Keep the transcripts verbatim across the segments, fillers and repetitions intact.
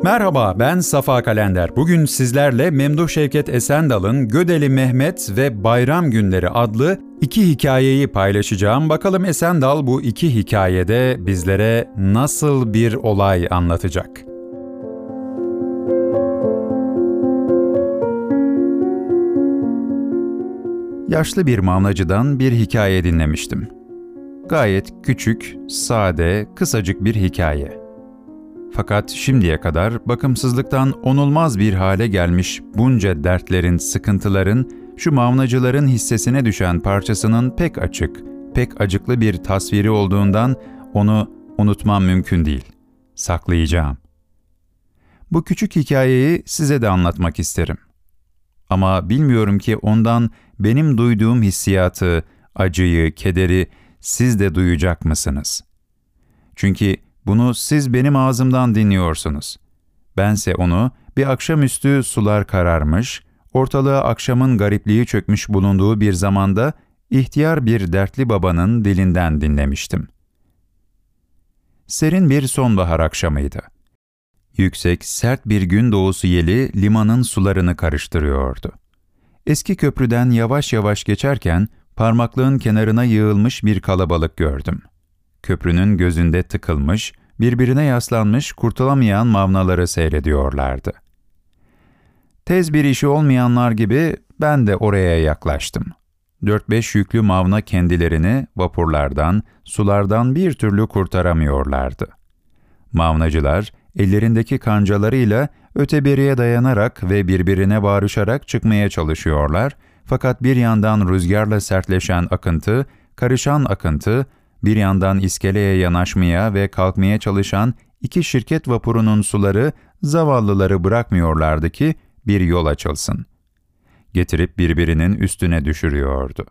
Merhaba, ben Safa Kalender. Bugün sizlerle Memduh Şevket Esendal'ın Gödeli Mehmet ve Bayram Günleri adlı iki hikayeyi paylaşacağım. Bakalım Esendal bu iki hikayede bizlere nasıl bir olay anlatacak? Yaşlı bir mavnacıdan bir hikaye dinlemiştim. Gayet küçük, sade, kısacık bir hikaye. Fakat şimdiye kadar bakımsızlıktan onulmaz bir hale gelmiş bunca dertlerin, sıkıntıların, şu mavnacıların hissesine düşen parçasının pek açık, pek acıklı bir tasviri olduğundan onu unutmam mümkün değil. Saklayacağım. Bu küçük hikayeyi size de anlatmak isterim. Ama bilmiyorum ki ondan benim duyduğum hissiyatı, acıyı, kederi siz de duyacak mısınız? Çünkü bunu siz benim ağzımdan dinliyorsunuz. Bense onu bir akşamüstü sular kararmış, ortalığa akşamın garipliği çökmüş bulunduğu bir zamanda ihtiyar bir dertli babanın dilinden dinlemiştim. Serin bir sonbahar akşamıydı. Yüksek, sert bir gün doğusu yeli limanın sularını karıştırıyordu. Eski köprüden yavaş yavaş geçerken parmaklığın kenarına yığılmış bir kalabalık gördüm. Köprünün gözünde tıkılmış, birbirine yaslanmış kurtulamayan mavnaları seyrediyorlardı. Tez bir işi olmayanlar gibi ben de oraya yaklaştım. Dört beş yüklü mavna kendilerini vapurlardan, sulardan bir türlü kurtaramıyorlardı. Mavnacılar ellerindeki kancalarıyla öteberiye dayanarak ve birbirine bağırışarak çıkmaya çalışıyorlar, fakat bir yandan rüzgarla sertleşen akıntı, karışan akıntı, bir yandan iskeleye yanaşmaya ve kalkmaya çalışan iki şirket vapurunun suları zavallıları bırakmıyorlardı ki bir yol açılsın. Getirip birbirinin üstüne düşürüyordu.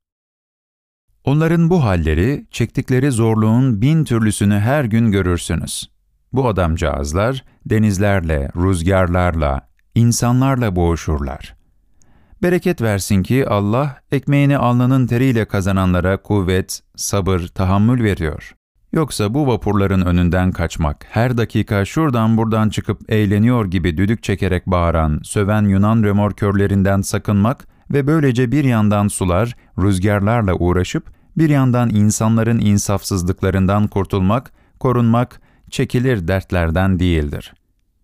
Onların bu halleri, çektikleri zorluğun bin türlüsünü her gün görürsünüz. Bu adamcağızlar denizlerle, rüzgarlarla, insanlarla boğuşurlar. Bereket versin ki Allah ekmeğini alnının teriyle kazananlara kuvvet, sabır, tahammül veriyor. Yoksa bu vapurların önünden kaçmak, her dakika şuradan buradan çıkıp eğleniyor gibi düdük çekerek bağıran, söven Yunan römorkörlerinden sakınmak ve böylece bir yandan sular, rüzgarlarla uğraşıp bir yandan insanların insafsızlıklarından kurtulmak, korunmak, çekilir dertlerden değildir.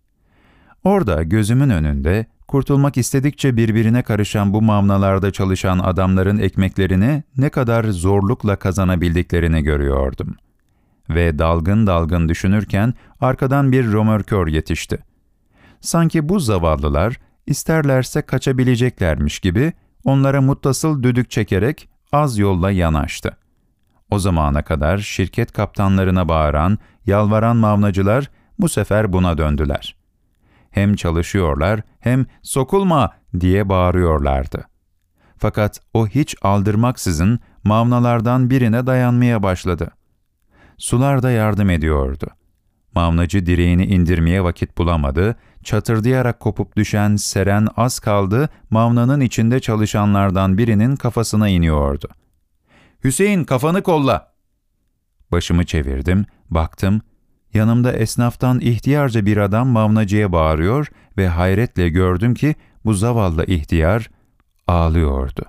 Orada gözümün önünde, kurtulmak istedikçe birbirine karışan bu mavnalarda çalışan adamların ekmeklerini ne kadar zorlukla kazanabildiklerini görüyordum. Ve dalgın dalgın düşünürken arkadan bir römorkör yetişti. Sanki bu zavallılar isterlerse kaçabileceklermiş gibi onlara muttasıl düdük çekerek az yolla yanaştı. O zamana kadar şirket kaptanlarına bağıran, yalvaran mavnacılar bu sefer buna döndüler. Hem çalışıyorlar hem "sokulma" diye bağırıyorlardı. Fakat o hiç aldırmaksızın mavnalardan birine dayanmaya başladı. Sular da yardım ediyordu. Mavnacı direğini indirmeye vakit bulamadı, çatırdayarak kopup düşen seren az kaldı, mavnanın içinde çalışanlardan birinin kafasına iniyordu. "Hüseyin, kafanı kolla!" Başımı çevirdim, baktım. Yanımda esnaftan ihtiyarca bir adam mavnacıya bağırıyor ve hayretle gördüm ki bu zavallı ihtiyar ağlıyordu.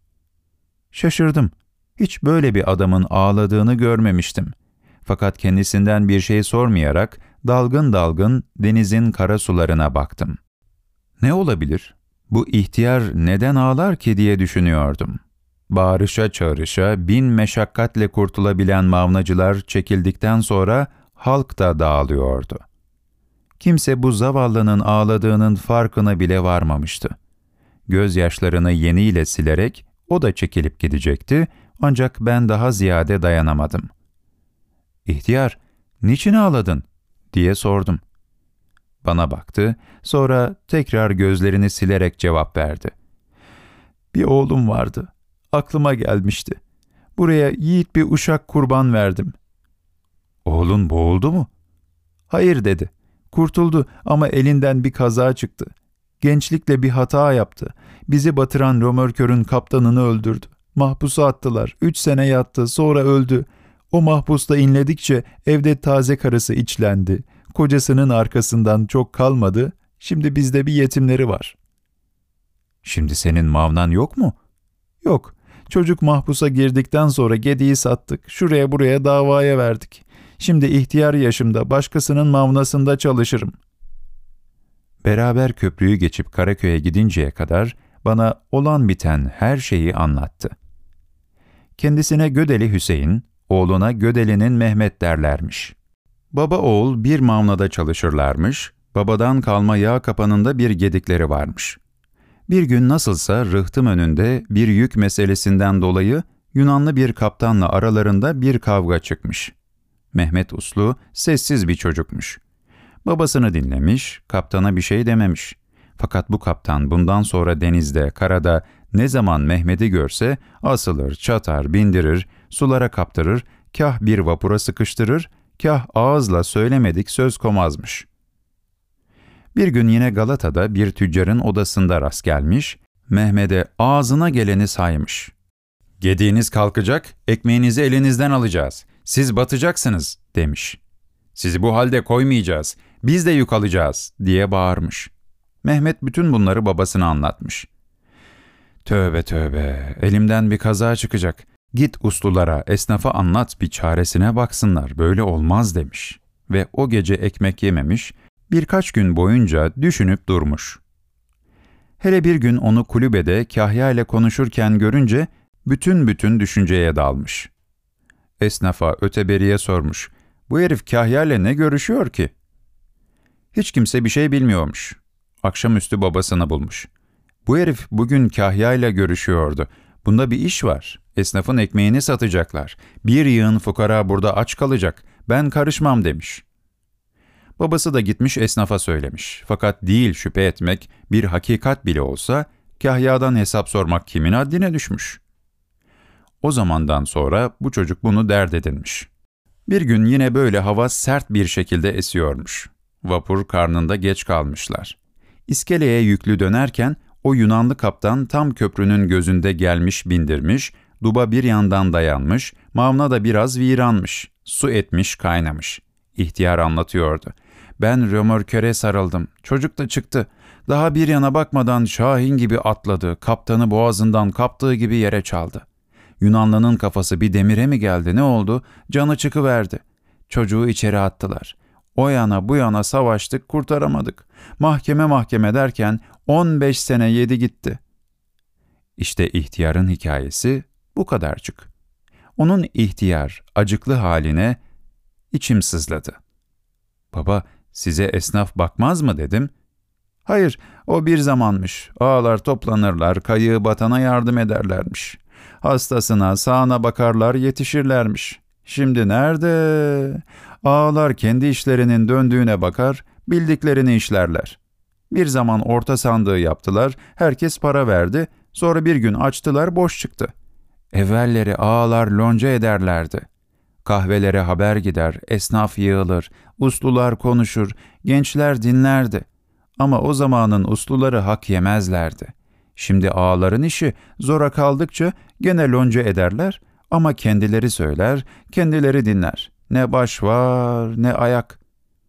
Şaşırdım. Hiç böyle bir adamın ağladığını görmemiştim. Fakat kendisinden bir şey sormayarak dalgın dalgın denizin kara sularına baktım. Ne olabilir? Bu ihtiyar neden ağlar ki diye düşünüyordum. Bağırışa çağrışa bin meşakkatle kurtulabilen mavnacılar çekildikten sonra halk da dağılıyordu. Kimse bu zavallının ağladığının farkına bile varmamıştı. Gözyaşlarını yeniyle silerek o da çekilip gidecekti, ancak ben daha ziyade dayanamadım. "İhtiyar, niçin ağladın?" diye sordum. Bana baktı, sonra tekrar gözlerini silerek cevap verdi. "Bir oğlum vardı, aklıma gelmişti. Buraya yiğit bir uşak kurban verdim." "Oğlun boğuldu mu?" "Hayır" dedi. "Kurtuldu ama elinden bir kaza çıktı. Gençlikle bir hata yaptı. Bizi batıran römorkörün kaptanını öldürdü. Mahpusa attılar. Üç sene yattı, sonra öldü. O mahpusta inledikçe evde taze karısı içlendi. Kocasının arkasından çok kalmadı, şimdi bizde bir yetimleri var. Şimdi senin mavnan yok mu? Yok. Çocuk mahpusa girdikten sonra gediği sattık. Şuraya buraya davaya verdik. Şimdi ihtiyar yaşımda başkasının mavnasında çalışırım. Beraber köprüyü geçip Karaköy'e gidinceye kadar bana olan biten her şeyi anlattı. Kendisine Gödeli Hüseyin, oğluna Gödeli'nin Mehmet derlermiş. Baba oğul bir mavnada çalışırlarmış, babadan kalma yağ kapanında bir gedikleri varmış. Bir gün nasılsa rıhtım önünde bir yük meselesinden dolayı Yunanlı bir kaptanla aralarında bir kavga çıkmış. Mehmet uslu, sessiz bir çocukmuş. Babasını dinlemiş, kaptana bir şey dememiş. Fakat bu kaptan bundan sonra denizde, karada ne zaman Mehmet'i görse asılır, çatar, bindirir, sulara kaptırır, kah bir vapura sıkıştırır, kah ağızla söylemedik söz komazmış. Bir gün yine Galata'da bir tüccarın odasında rast gelmiş, Mehmet'e ağzına geleni saymış. "Gediğiniz kalkacak, ekmeğinizi elinizden alacağız. Siz batacaksınız," demiş. "Sizi bu halde koymayacağız, biz de yük alacağız," diye bağırmış. Mehmet bütün bunları babasına anlatmış. "Tövbe tövbe, elimden bir kaza çıkacak. Git uslulara, esnafa anlat, bir çaresine baksınlar, böyle olmaz," demiş. Ve o gece ekmek yememiş, birkaç gün boyunca düşünüp durmuş. Hele bir gün onu kulübede Kahya ile konuşurken görünce bütün bütün düşünceye dalmış. Esnafa öteberiye sormuş, "Bu herif Kahya ile ne görüşüyor ki?" Hiç kimse bir şey bilmiyormuş. Akşamüstü babasını bulmuş. "Bu herif bugün Kahya ile görüşüyordu. Bunda bir iş var. Esnafın ekmeğini satacaklar. Bir yığın fukara burada aç kalacak. Ben karışmam," demiş. Babası da gitmiş esnafa söylemiş. Fakat değil şüphe etmek, bir hakikat bile olsa, Kahya'dan hesap sormak kimin haddine düşmüş? O zamandan sonra bu çocuk bunu dert edinmiş. Bir gün yine böyle hava sert bir şekilde esiyormuş. Vapur karnında geç kalmışlar. İskeleye yüklü dönerken o Yunanlı kaptan tam köprünün gözünde gelmiş bindirmiş, duba bir yandan dayanmış, mavna da biraz viranmış, su etmiş kaynamış. İhtiyar anlatıyordu. "Ben römorköre sarıldım, çocuk da çıktı. Daha bir yana bakmadan şahin gibi atladı, kaptanı boğazından kaptığı gibi yere çaldı. Yunanlının kafası bir demire mi geldi, ne oldu? Canı çıkıverdi. Çocuğu içeri attılar. O yana bu yana savaştık, kurtaramadık. Mahkeme mahkeme derken on beş sene yedi gitti." İşte ihtiyarın hikayesi bu kadarcık. Onun ihtiyar, acıklı haline içim sızladı. "Baba, size esnaf bakmaz mı?" dedim. "Hayır, o bir zamanmış. Ağalar toplanırlar, kayığı batana yardım ederlermiş. Hastasına, sağına bakarlar, yetişirlermiş. Şimdi nerede? Ağalar kendi işlerinin döndüğüne bakar, bildiklerini işlerler. Bir zaman orta sandığı yaptılar, herkes para verdi, sonra bir gün açtılar, boş çıktı. Evvelleri ağalar lonca ederlerdi. Kahvelere haber gider, esnaf yığılır, uslular konuşur, gençler dinlerdi. Ama o zamanın usluları hak yemezlerdi. Şimdi ağaların işi zora kaldıkça gene lonca ederler ama kendileri söyler, kendileri dinler. Ne baş var, ne ayak."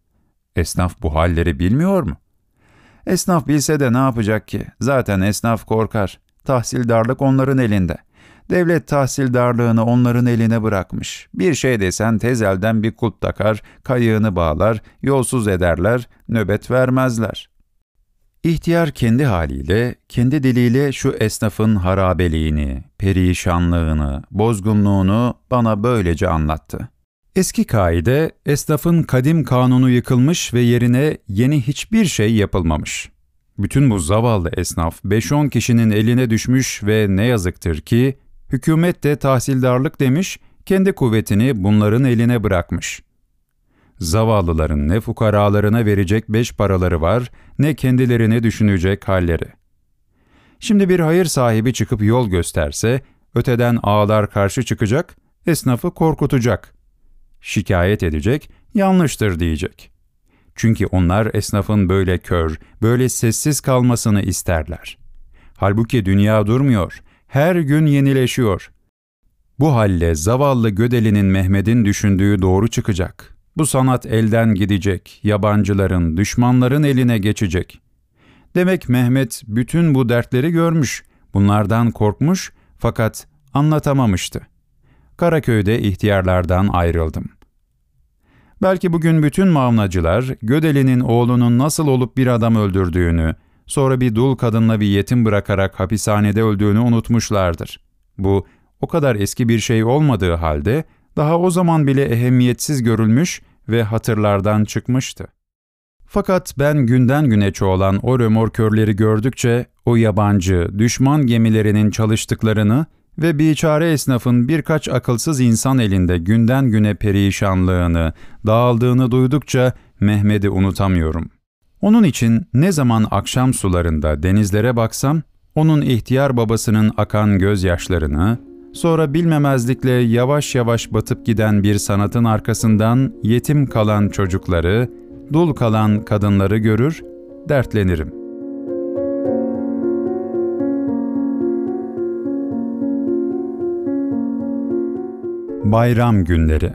"Esnaf bu halleri bilmiyor mu?" "Esnaf bilse de ne yapacak ki? Zaten esnaf korkar. Tahsildarlık onların elinde. Devlet tahsildarlığını onların eline bırakmış. Bir şey desen tez elden bir kulp takar, kayığını bağlar, yolsuz ederler, nöbet vermezler." İhtiyar kendi haliyle, kendi diliyle şu esnafın harabeliğini, perişanlığını, bozgunluğunu bana böylece anlattı. Eski kaide, esnafın kadim kanunu yıkılmış ve yerine yeni hiçbir şey yapılmamış. Bütün bu zavallı esnaf beş on kişinin eline düşmüş ve ne yazıktır ki, hükümet de tahsildarlık demiş, kendi kuvvetini bunların eline bırakmış. Zavallıların ne fukaralarına verecek beş paraları var, ne kendilerini düşünecek halleri. Şimdi bir hayır sahibi çıkıp yol gösterse, öteden ağalar karşı çıkacak, esnafı korkutacak. Şikayet edecek, yanlıştır diyecek. Çünkü onlar esnafın böyle kör, böyle sessiz kalmasını isterler. Halbuki dünya durmuyor, her gün yenileşiyor. Bu halle zavallı Gödeli'nin Mehmet'in düşündüğü doğru çıkacak. Bu sanat elden gidecek, yabancıların, düşmanların eline geçecek. Demek Mehmet bütün bu dertleri görmüş, bunlardan korkmuş fakat anlatamamıştı. Karaköy'de ihtiyarlardan ayrıldım. Belki bugün bütün mavnacılar, Gödeli'nin oğlunun nasıl olup bir adam öldürdüğünü, sonra bir dul kadınla bir yetim bırakarak hapishanede öldüğünü unutmuşlardır. Bu, o kadar eski bir şey olmadığı halde, daha o zaman bile ehemmiyetsiz görülmüş ve hatırlardan çıkmıştı. Fakat ben günden güne çoğalan o römorkörleri gördükçe, o yabancı, düşman gemilerinin çalıştıklarını ve biçare esnafın birkaç akılsız insan elinde günden güne perişanlığını, dağıldığını duydukça Mehmet'i unutamıyorum. Onun için ne zaman akşam sularında denizlere baksam, onun ihtiyar babasının akan gözyaşlarını, sonra bilmemezlikle yavaş yavaş batıp giden bir sanatın arkasından yetim kalan çocukları, dul kalan kadınları görür, dertlenirim. Bayram günleri.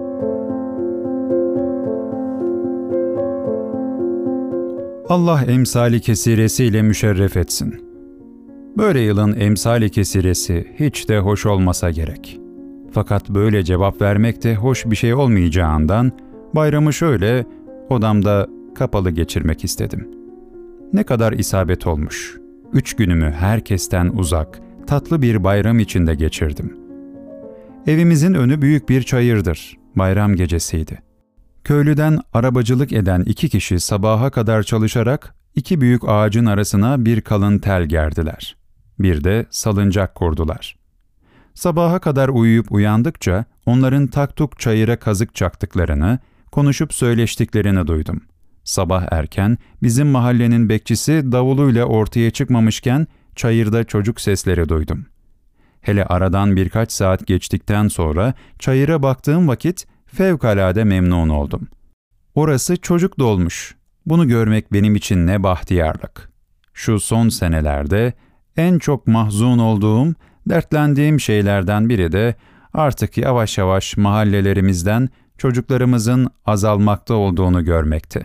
Allah emsali kesiresiyle müşerref etsin. Böyle yılın emsali kesiresi hiç de hoş olmasa gerek. Fakat böyle cevap vermek de hoş bir şey olmayacağından bayramı şöyle odamda kapalı geçirmek istedim. Ne kadar isabet olmuş. Üç günümü herkesten uzak, tatlı bir bayram içinde geçirdim. Evimizin önü büyük bir çayırdır. Bayram gecesiydi. Köylüden arabacılık eden iki kişi sabaha kadar çalışarak iki büyük ağacın arasına bir kalın tel gerdiler. Bir de salıncak kurdular. Sabaha kadar uyuyup uyandıkça onların taktuk çayıra kazık çaktıklarını, konuşup söyleştiklerini duydum. Sabah erken bizim mahallenin bekçisi davuluyla ortaya çıkmamışken çayırda çocuk sesleri duydum. Hele aradan birkaç saat geçtikten sonra çayıra baktığım vakit fevkalade memnun oldum. Orası çocuk dolmuş. Bunu görmek benim için ne bahtiyarlık. Şu son senelerde en çok mahzun olduğum, dertlendiğim şeylerden biri de artık yavaş yavaş mahallelerimizden çocuklarımızın azalmakta olduğunu görmekti.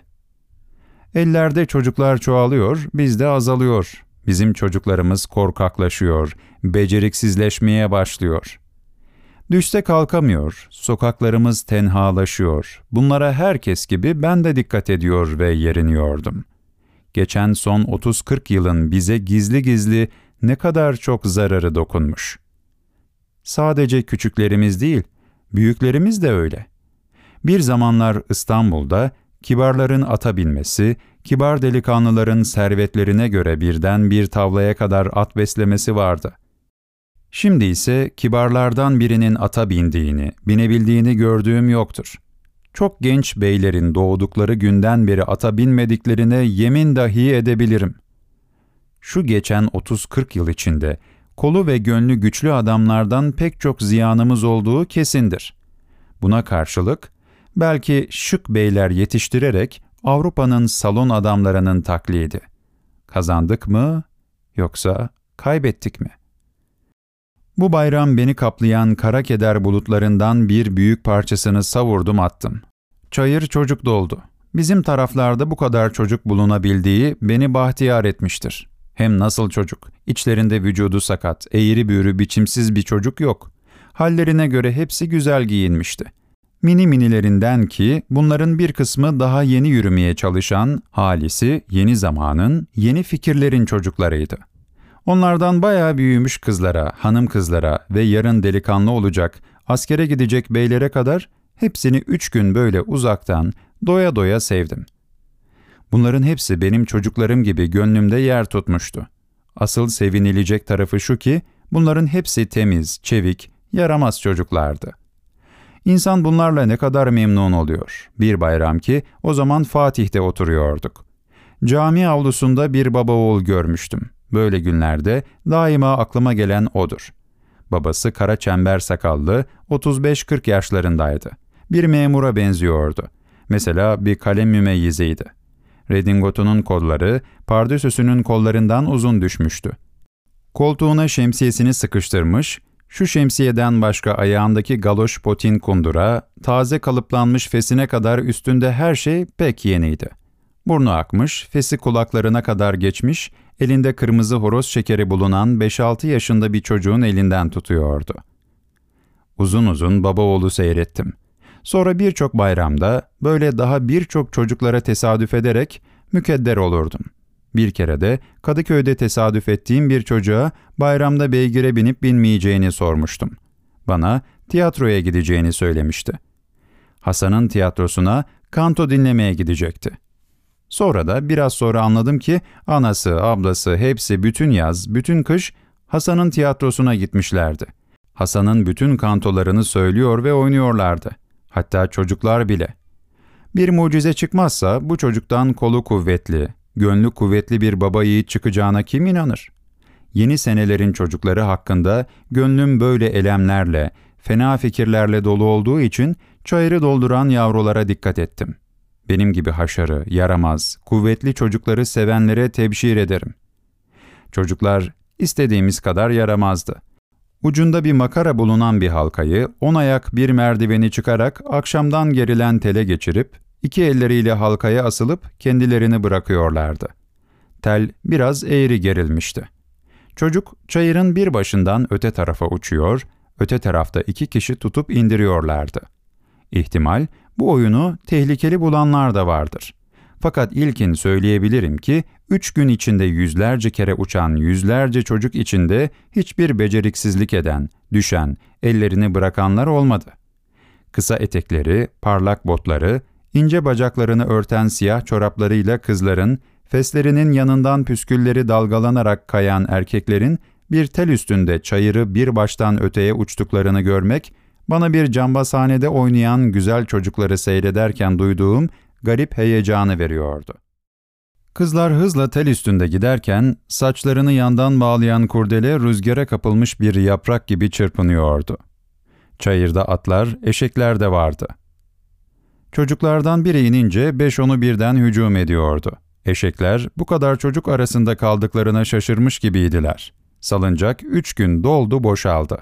Ellerde çocuklar çoğalıyor, bizde azalıyor. Bizim çocuklarımız korkaklaşıyor, beceriksizleşmeye başlıyor. Düşse kalkamıyor, sokaklarımız tenhalaşıyor. Bunlara herkes gibi ben de dikkat ediyor ve yeriniyordum. Geçen son otuz kırk yılın bize gizli gizli ne kadar çok zararı dokunmuş. Sadece küçüklerimiz değil, büyüklerimiz de öyle. Bir zamanlar İstanbul'da kibarların ata binmesi, kibar delikanlıların servetlerine göre birden bir tavlaya kadar at beslemesi vardı. Şimdi ise kibarlardan birinin ata bindiğini, binebildiğini gördüğüm yoktur. Çok genç beylerin doğdukları günden beri ata binmediklerine yemin dahi edebilirim. Şu geçen otuz kırk yıl içinde kolu ve gönlü güçlü adamlardan pek çok ziyanımız olduğu kesindir. Buna karşılık, belki şık beyler yetiştirerek Avrupa'nın salon adamlarının taklidi. Kazandık mı, yoksa kaybettik mi? Bu bayram beni kaplayan kara keder bulutlarından bir büyük parçasını savurdum attım. Çayır çocuk doldu. Bizim taraflarda bu kadar çocuk bulunabildiği beni bahtiyar etmiştir. Hem nasıl çocuk? İçlerinde vücudu sakat, eğri büğrü biçimsiz bir çocuk yok. Hallerine göre hepsi güzel giyinmişti. Mini minilerinden ki bunların bir kısmı daha yeni yürümeye çalışan, halisi yeni zamanın, yeni fikirlerin çocuklarıydı. Onlardan bayağı büyümüş kızlara, hanım kızlara ve yarın delikanlı olacak, askere gidecek beylere kadar hepsini üç gün böyle uzaktan, doya doya sevdim. Bunların hepsi benim çocuklarım gibi gönlümde yer tutmuştu. Asıl sevinilecek tarafı şu ki, bunların hepsi temiz, çevik, yaramaz çocuklardı. İnsan bunlarla ne kadar memnun oluyor. Bir bayram ki o zaman Fatih'te oturuyorduk. Cami avlusunda bir baba oğul görmüştüm. Böyle günlerde daima aklıma gelen odur. Babası kara çember sakallı, otuz beş kırk yaşlarındaydı. Bir memura benziyordu. Mesela bir kalem mümeyyizeydi. Redingotunun kolları, pardösüsünün kollarından uzun düşmüştü. Koltuğuna şemsiyesini sıkıştırmış, Şu şemsiyeden başka ayağındaki galoş potin kundura, taze kalıplanmış fesine kadar üstünde her şey pek yeniydi. Burnu akmış, fesi kulaklarına kadar geçmiş, elinde kırmızı horoz şekeri bulunan beş altı yaşında bir çocuğun elinden tutuyordu. Uzun uzun baba oğlu seyrettim. Sonra birçok bayramda böyle daha birçok çocuklara tesadüf ederek mükedder olurdum. Bir kere de Kadıköy'de tesadüf ettiğim bir çocuğa bayramda beygire binip binmeyeceğini sormuştum. Bana tiyatroya gideceğini söylemişti. Hasan'ın tiyatrosuna kanto dinlemeye gidecekti. Sonra da biraz sonra anladım ki anası, ablası hepsi bütün yaz, bütün kış Hasan'ın tiyatrosuna gitmişlerdi. Hasan'ın bütün kantolarını söylüyor ve oynuyorlardı. Hatta çocuklar bile. Bir mucize çıkmazsa bu çocuktan kolu kuvvetli, gönlü kuvvetli bir baba yiğit çıkacağına kim inanır? Yeni senelerin çocukları hakkında gönlüm böyle elemlerle, fena fikirlerle dolu olduğu için çayırı dolduran yavrulara dikkat ettim. Benim gibi haşarı, yaramaz, kuvvetli çocukları sevenlere tebşir ederim. Çocuklar istediğimiz kadar yaramazdı. Ucunda bir makara bulunan bir halkayı, on ayak bir merdiveni çıkarak akşamdan gerilen tele geçirip, iki elleriyle halkaya asılıp kendilerini bırakıyorlardı. Tel biraz eğri gerilmişti. Çocuk çayırın bir başından öte tarafa uçuyor, öte tarafta iki kişi tutup indiriyorlardı. İhtimal bu oyunu tehlikeli bulanlar da vardır. Fakat ilkin söyleyebilirim ki, üç gün içinde yüzlerce kere uçan yüzlerce çocuk içinde hiçbir beceriksizlik eden, düşen, ellerini bırakanlar olmadı. Kısa etekleri, parlak botları, ince bacaklarını örten siyah çoraplarıyla kızların, feslerinin yanından püskülleri dalgalanarak kayan erkeklerin bir tel üstünde çayırı bir baştan öteye uçtuklarını görmek, bana bir cambazhanede oynayan güzel çocukları seyrederken duyduğum garip heyecanı veriyordu. Kızlar hızla tel üstünde giderken, saçlarını yandan bağlayan kurdele rüzgara kapılmış bir yaprak gibi çırpınıyordu. Çayırda atlar, eşekler de vardı. Çocuklardan biri inince beş onu birden hücum ediyordu. Eşekler bu kadar çocuk arasında kaldıklarına şaşırmış gibiydiler. Salıncak üç gün doldu boşaldı.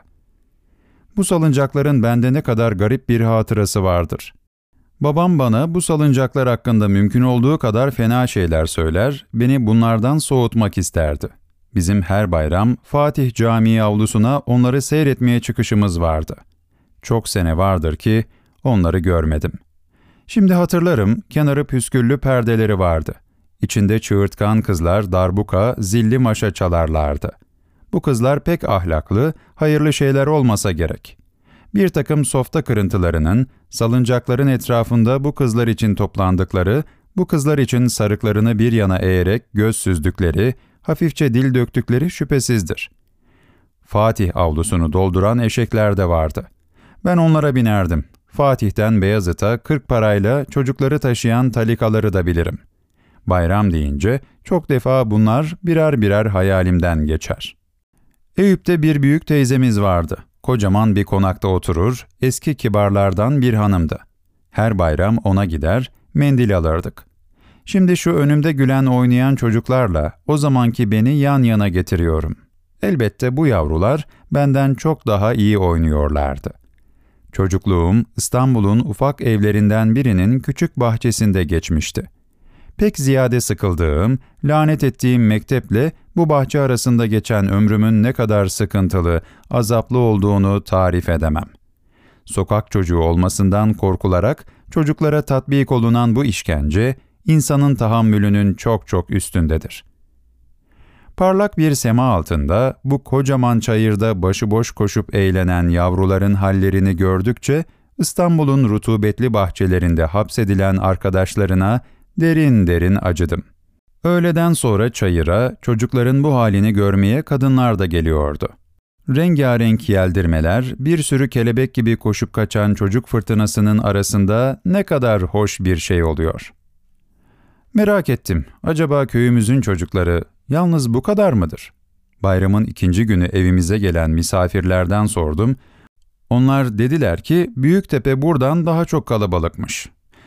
Bu salıncakların bende ne kadar garip bir hatırası vardır. Babam bana bu salıncaklar hakkında mümkün olduğu kadar fena şeyler söyler, beni bunlardan soğutmak isterdi. Bizim her bayram Fatih Camii avlusuna onları seyretmeye çıkışımız vardı. Çok sene vardır ki onları görmedim. Şimdi hatırlarım, kenarı püsküllü perdeleri vardı. İçinde çığırtkan kızlar darbuka, zilli maşa çalarlardı. Bu kızlar pek ahlaklı, hayırlı şeyler olmasa gerek. Bir takım softa kırıntılarının, salıncakların etrafında bu kızlar için toplandıkları, bu kızlar için sarıklarını bir yana eğerek göz süzdükleri, hafifçe dil döktükleri şüphesizdir. Fatih avlusunu dolduran eşekler de vardı. Ben onlara binerdim. Fatih'ten Beyazıt'a kırk parayla çocukları taşıyan talikaları da bilirim. Bayram deyince çok defa bunlar birer birer hayalimden geçer. Eyüp'te bir büyük teyzemiz vardı. Kocaman bir konakta oturur, eski kibarlardan bir hanımdı. Her bayram ona gider, mendil alırdık. Şimdi şu önümde gülen oynayan çocuklarla o zamanki beni yan yana getiriyorum. Elbette bu yavrular benden çok daha iyi oynuyorlardı. Çocukluğum İstanbul'un ufak evlerinden birinin küçük bahçesinde geçmişti. Pek ziyade sıkıldığım, lanet ettiğim mekteple bu bahçe arasında geçen ömrümün ne kadar sıkıntılı, azaplı olduğunu tarif edemem. Sokak çocuğu olmasından korkularak çocuklara tatbik olunan bu işkence, insanın tahammülünün çok çok üstündedir. Parlak bir sema altında bu kocaman çayırda başıboş koşup eğlenen yavruların hallerini gördükçe İstanbul'un rutubetli bahçelerinde hapsedilen arkadaşlarına derin derin acıdım. Öğleden sonra çayıra çocukların bu halini görmeye kadınlar da geliyordu. Rengarenk yeldirmeler, bir sürü kelebek gibi koşup kaçan çocuk fırtınasının arasında ne kadar hoş bir şey oluyor. Merak ettim, acaba köyümüzün çocukları yalnız bu kadar mıdır? Bayramın ikinci günü evimize gelen misafirlerden sordum. Onlar dediler ki Büyüktepe buradan daha çok kalabalıkmış.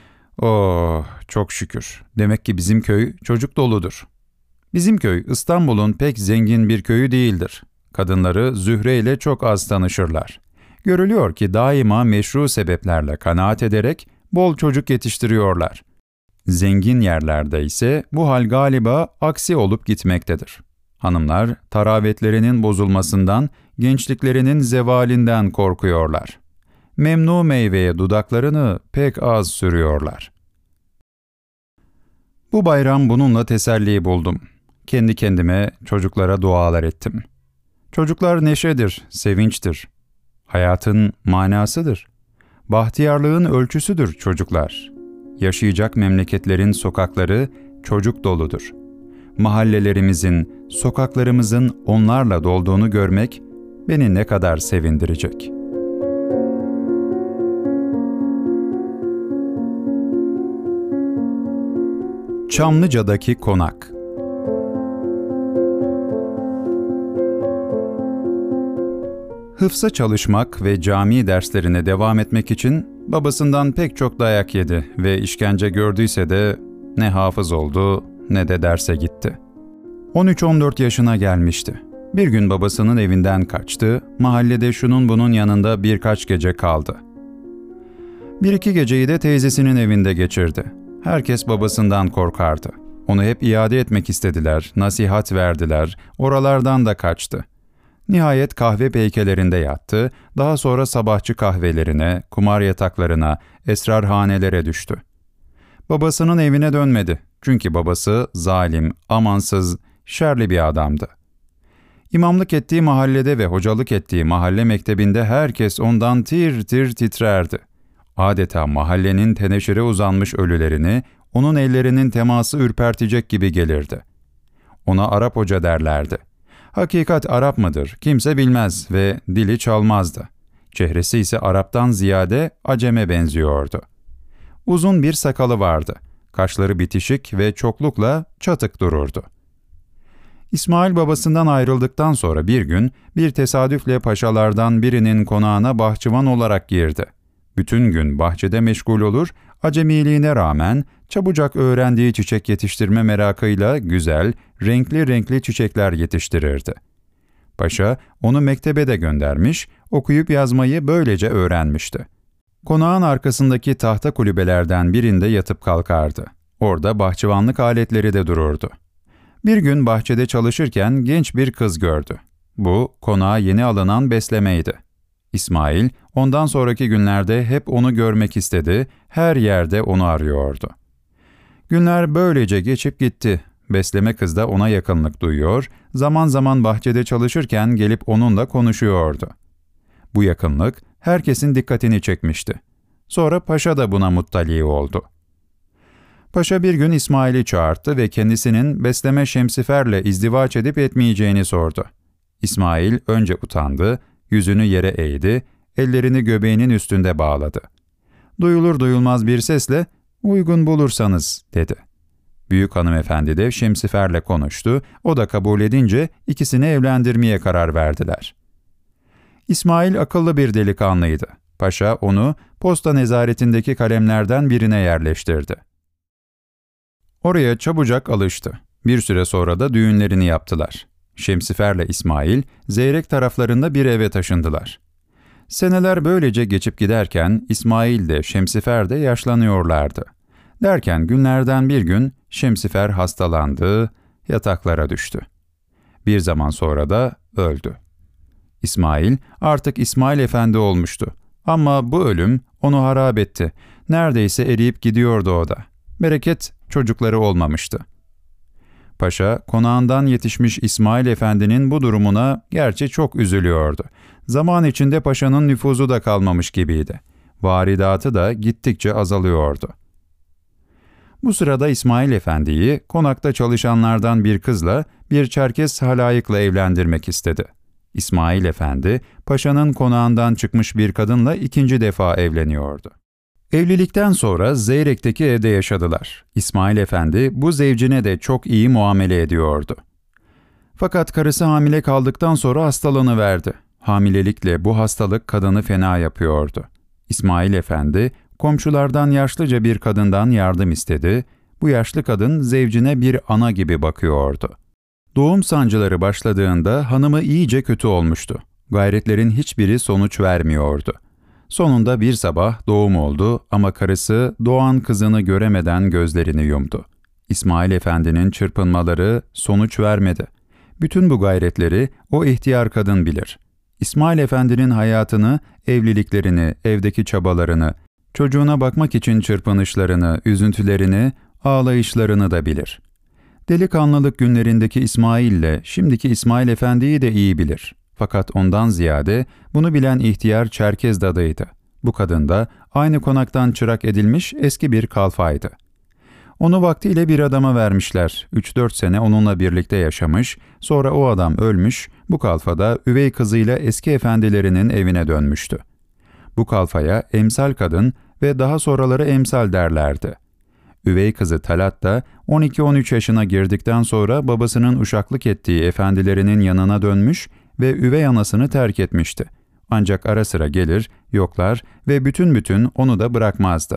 Oh, çok şükür. Demek ki bizim köy çocuk doludur. Bizim köy İstanbul'un pek zengin bir köyü değildir. Kadınları Zühre ile çok az tanışırlar. Görülüyor ki daima meşru sebeplerle kanaat ederek bol çocuk yetiştiriyorlar. Zengin yerlerde ise bu hal galiba aksi olup gitmektedir. Hanımlar taravetlerinin bozulmasından, gençliklerinin zevalinden korkuyorlar. Memnu meyveye dudaklarını pek az sürüyorlar. Bu bayram bununla teselli buldum. Kendi kendime çocuklara dualar ettim. Çocuklar neşedir, sevinçtir. Hayatın manasıdır. Bahtiyarlığın ölçüsüdür çocuklar. Yaşayacak memleketlerin sokakları çocuk doludur. Mahallelerimizin, sokaklarımızın onlarla dolduğunu görmek beni ne kadar sevindirecek. Çamlıca'daki konak. Hıfza çalışmak ve cami derslerine devam etmek için babasından pek çok dayak yedi ve işkence gördüyse de ne hafız oldu ne de derse gitti. on üç on dört yaşına gelmişti. Bir gün babasının evinden kaçtı, mahallede şunun bunun yanında birkaç gece kaldı. Bir iki geceyi de teyzesinin evinde geçirdi. Herkes babasından korkardı. Onu hep iade etmek istediler, nasihat verdiler, oralardan da kaçtı. Nihayet kahve peykelerinde yattı, daha sonra sabahçı kahvelerine, kumar yataklarına, esrarhanelere düştü. Babasının evine dönmedi. Çünkü babası zalim, amansız, şerli bir adamdı. İmamlık ettiği mahallede ve hocalık ettiği mahalle mektebinde herkes ondan tir tir titrerdi. Adeta mahallenin teneşire uzanmış ölülerini, onun ellerinin teması ürpertecek gibi gelirdi. Ona Arap hoca derlerdi. Hakikat Arap mıdır kimse bilmez ve dili çalmazdı. Çehresi ise Arap'tan ziyade Acem'e benziyordu. Uzun bir sakalı vardı. Kaşları bitişik ve çoklukla çatık dururdu. İsmail babasından ayrıldıktan sonra bir gün bir tesadüfle paşalardan birinin konağına bahçıvan olarak girdi. Bütün gün bahçede meşgul olur, acemiliğine rağmen çabucak öğrendiği çiçek yetiştirme merakıyla güzel, renkli renkli çiçekler yetiştirirdi. Paşa onu mektebe de göndermiş, okuyup yazmayı böylece öğrenmişti. Konağın arkasındaki tahta kulübelerden birinde yatıp kalkardı. Orada bahçıvanlık aletleri de dururdu. Bir gün bahçede çalışırken genç bir kız gördü. Bu, konağa yeni alınan Besleme'ydi. İsmail, ondan sonraki günlerde hep onu görmek istedi, her yerde onu arıyordu. Günler böylece geçip gitti. Besleme kız da ona yakınlık duyuyor, zaman zaman bahçede çalışırken gelip onunla konuşuyordu. Bu yakınlık herkesin dikkatini çekmişti. Sonra paşa da buna muttali oldu. Paşa bir gün İsmail'i çağırdı ve kendisinin Besleme Şemsifer'le izdivaç edip etmeyeceğini sordu. İsmail önce utandı, yüzünü yere eğdi, ellerini göbeğinin üstünde bağladı. Duyulur duyulmaz bir sesle, "Uygun bulursanız," dedi. Büyük hanımefendi de Şemsifer'le konuştu, o da kabul edince ikisini evlendirmeye karar verdiler. İsmail akıllı bir delikanlıydı. Paşa onu posta nezaretindeki kalemlerden birine yerleştirdi. Oraya çabucak alıştı. Bir süre sonra da düğünlerini yaptılar. Şemsifer'le İsmail, Zeyrek taraflarında bir eve taşındılar. Seneler böylece geçip giderken İsmail de Şemsifer de yaşlanıyorlardı. Derken günlerden bir gün Şemsifer hastalandı, yataklara düştü. Bir zaman sonra da öldü. İsmail artık İsmail Efendi olmuştu. Ama bu ölüm onu harap etti. Neredeyse eriyip gidiyordu o da. Bereket çocukları olmamıştı. Paşa, konağından yetişmiş İsmail Efendi'nin bu durumuna gerçi çok üzülüyordu. Zaman içinde paşanın nüfuzu da kalmamış gibiydi. Varidatı da gittikçe azalıyordu. Bu sırada İsmail Efendi'yi konakta çalışanlardan bir kızla bir Çerkes halayıkla evlendirmek istedi. İsmail Efendi, paşanın konağından çıkmış bir kadınla ikinci defa evleniyordu. Evlilikten sonra Zeyrek'teki evde yaşadılar. İsmail Efendi bu zevcine de çok iyi muamele ediyordu. Fakat karısı hamile kaldıktan sonra hastalanıverdi. Hamilelikle bu hastalık kadını fena yapıyordu. İsmail Efendi, komşulardan yaşlıca bir kadından yardım istedi. Bu yaşlı kadın zevcine bir ana gibi bakıyordu. Doğum sancıları başladığında hanımı iyice kötü olmuştu. Gayretlerin hiçbiri sonuç vermiyordu. Sonunda bir sabah doğum oldu ama karısı doğan kızını göremeden gözlerini yumdu. İsmail Efendi'nin çırpınmaları sonuç vermedi. Bütün bu gayretleri o ihtiyar kadın bilir. İsmail Efendi'nin hayatını, evliliklerini, evdeki çabalarını, çocuğuna bakmak için çırpınışlarını, üzüntülerini, ağlayışlarını da bilir. Delikanlılık günlerindeki İsmail ile şimdiki İsmail Efendi'yi de iyi bilir. Fakat ondan ziyade bunu bilen ihtiyar Çerkez dadıydı. Bu kadın da aynı konaktan çırak edilmiş eski bir kalfaydı. Onu vaktiyle bir adama vermişler. üç dört sene onunla birlikte yaşamış, sonra o adam ölmüş, bu kalfa da üvey kızıyla eski efendilerinin evine dönmüştü. Bu kalfaya emsal kadın ve daha sonraları emsal derlerdi. Üvey kızı Talat da on iki on üç yaşına girdikten sonra babasının uşaklık ettiği efendilerinin yanına dönmüş ve üvey anasını terk etmişti. Ancak ara sıra gelir, yoklar ve bütün bütün onu da bırakmazdı.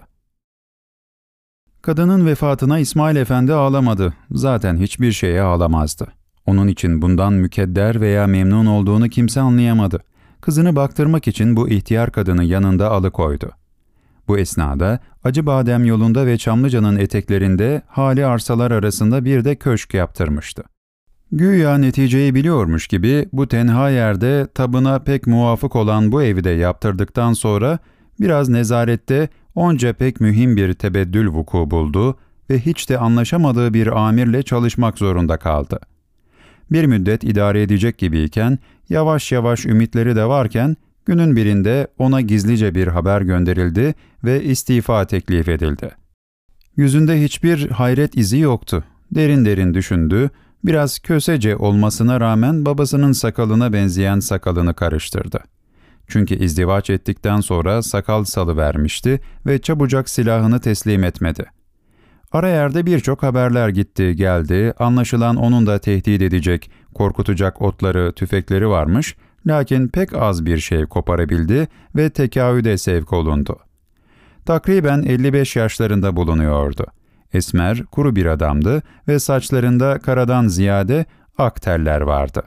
Kadının vefatına İsmail Efendi ağlamadı. Zaten hiçbir şeye ağlamazdı. Onun için bundan mükedder veya memnun olduğunu kimse anlayamadı. Kızını baktırmak için bu ihtiyar kadını yanında alıkoydu. Bu esnada Acıbadem yolunda ve Çamlıca'nın eteklerinde hali arsalar arasında bir de köşk yaptırmıştı. Güya neticeyi biliyormuş gibi bu tenha yerde tabına pek muvafık olan bu evi de yaptırdıktan sonra biraz nezarette onca pek mühim bir tebeddül vuku buldu ve hiç de anlaşamadığı bir amirle çalışmak zorunda kaldı. Bir müddet idare edecek gibiyken, yavaş yavaş ümitleri de varken, günün birinde ona gizlice bir haber gönderildi ve istifa teklif edildi. Yüzünde hiçbir hayret izi yoktu. Derin derin düşündü, biraz kösece olmasına rağmen babasının sakalına benzeyen sakalını karıştırdı. Çünkü izdivaç ettikten sonra sakal salıvermişti ve çabucak silahını teslim etmedi. Ara yerde birçok haberler gitti geldi, anlaşılan onun da tehdit edecek, korkutacak otları, tüfekleri varmış, lakin pek az bir şey koparabildi ve tekâhüde sevk olundu. Takriben elli beş yaşlarında bulunuyordu. Esmer, kuru bir adamdı ve saçlarında karadan ziyade ak teller vardı.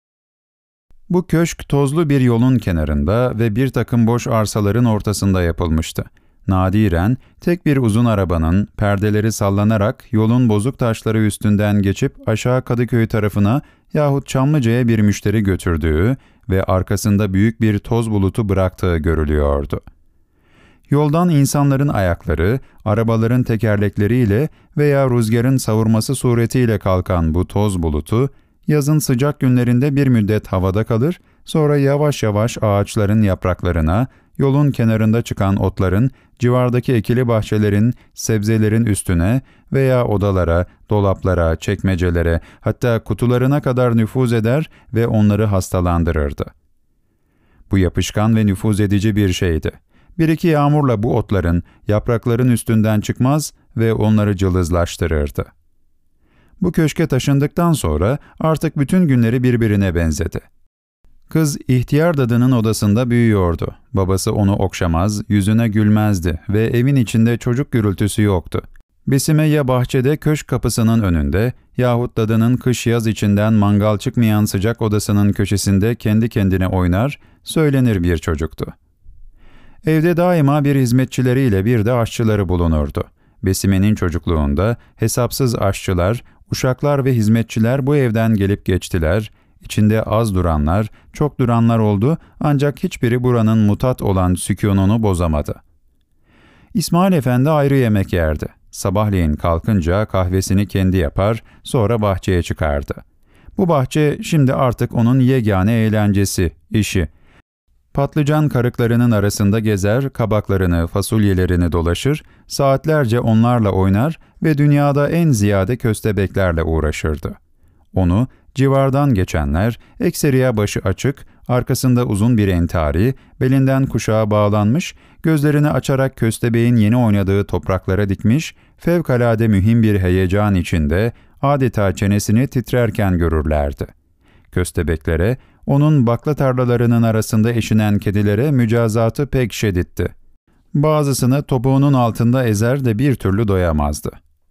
Bu köşk tozlu bir yolun kenarında ve bir takım boş arsaların ortasında yapılmıştı. Nadiren tek bir uzun arabanın perdeleri sallanarak yolun bozuk taşları üstünden geçip aşağı Kadıköy tarafına yahut Çamlıca'ya bir müşteri götürdüğü ve arkasında büyük bir toz bulutu bıraktığı görülüyordu. Yoldan insanların ayakları, arabaların tekerlekleriyle veya rüzgarın savurması suretiyle kalkan bu toz bulutu, yazın sıcak günlerinde bir müddet havada kalır, sonra yavaş yavaş ağaçların yapraklarına, yolun kenarında çıkan otların, civardaki ekili bahçelerin, sebzelerin üstüne veya odalara, dolaplara, çekmecelere, hatta kutularına kadar nüfuz eder ve onları hastalandırırdı. Bu yapışkan ve nüfuz edici bir şeydi. Bir iki yağmurla bu otların, yaprakların üstünden çıkmaz ve onları cılızlaştırırdı. Bu köşke taşındıktan sonra artık bütün günleri birbirine benzedi. Kız ihtiyar dadının odasında büyüyordu. Babası onu okşamaz, yüzüne gülmezdi ve evin içinde çocuk gürültüsü yoktu. Besime ya bahçede köşk kapısının önünde yahut dadının kış-yaz içinden mangal çıkmayan sıcak odasının köşesinde kendi kendine oynar, söylenir bir çocuktu. Evde daima bir hizmetçileriyle bir de aşçıları bulunurdu. Besime'nin çocukluğunda hesapsız aşçılar, uşaklar ve hizmetçiler bu evden gelip geçtiler. İçinde az duranlar, çok duranlar oldu ancak hiçbiri buranın mutat olan sükûnunu bozamadı. İsmail Efendi ayrı yemek yerdi. Sabahleyin kalkınca kahvesini kendi yapar, sonra bahçeye çıkardı. Bu bahçe şimdi artık onun yegane eğlencesi, işi. Patlıcan karıklarının arasında gezer, kabaklarını, fasulyelerini dolaşır, saatlerce onlarla oynar ve dünyada en ziyade köstebeklerle uğraşırdı. Onu, civardan geçenler, ekseriya başı açık, arkasında uzun bir entari, belinden kuşağa bağlanmış, gözlerini açarak köstebeğin yeni oynadığı topraklara dikmiş, fevkalade mühim bir heyecan içinde, adeta çenesini titrerken görürlerdi. Köstebeklere, onun bakla tarlalarının arasında eşinen kedilere mücazatı pek şeditti. Bazısını topuğunun altında ezer de bir türlü doyamazdı.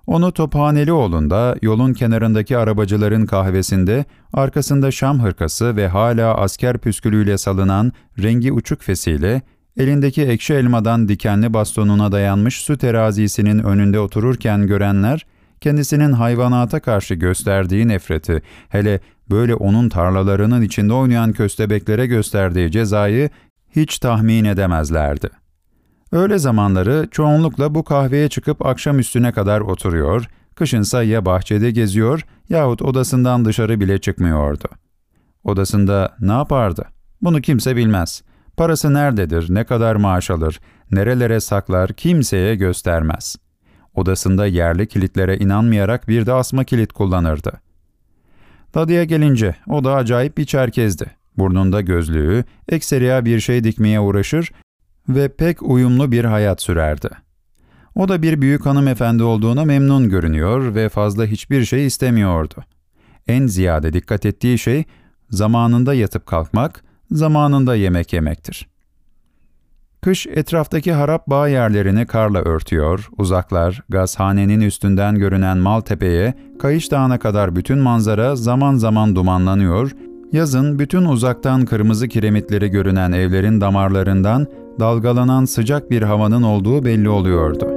Onu Tophanelioğlu'nda, yolun kenarındaki arabacıların kahvesinde, arkasında şam hırkası ve hala asker püskülüyle salınan rengi uçuk fesiyle, elindeki ekşi elmadan dikenli bastonuna dayanmış su terazisinin önünde otururken görenler, kendisinin hayvanata karşı gösterdiği nefreti, hele böyle onun tarlalarının içinde oynayan köstebeklere gösterdiği cezayı hiç tahmin edemezlerdi. Öğle zamanları çoğunlukla bu kahveye çıkıp akşam üstüne kadar oturuyor, kışınsa ya bahçede geziyor yahut odasından dışarı bile çıkmıyordu. Odasında ne yapardı? Bunu kimse bilmez. Parası nerededir, ne kadar maaş alır, nerelere saklar kimseye göstermez. Odasında yerli kilitlere inanmayarak bir de asma kilit kullanırdı. Dadıya gelince o da acayip bir Çerkez'di. Burnunda gözlüğü, ekseriya bir şey dikmeye uğraşır ve pek uyumlu bir hayat sürerdi. O da bir büyük hanımefendi olduğuna memnun görünüyor ve fazla hiçbir şey istemiyordu. En ziyade dikkat ettiği şey, zamanında yatıp kalkmak, zamanında yemek yemektir. Kış etraftaki harap bağ yerlerini karla örtüyor, uzaklar, gazhanenin üstünden görünen Maltepe'ye, Kayış Dağı'na kadar bütün manzara zaman zaman dumanlanıyor, yazın bütün uzaktan kırmızı kiremitleri görünen evlerin damarlarından dalgalanan sıcak bir havanın olduğu belli oluyordu.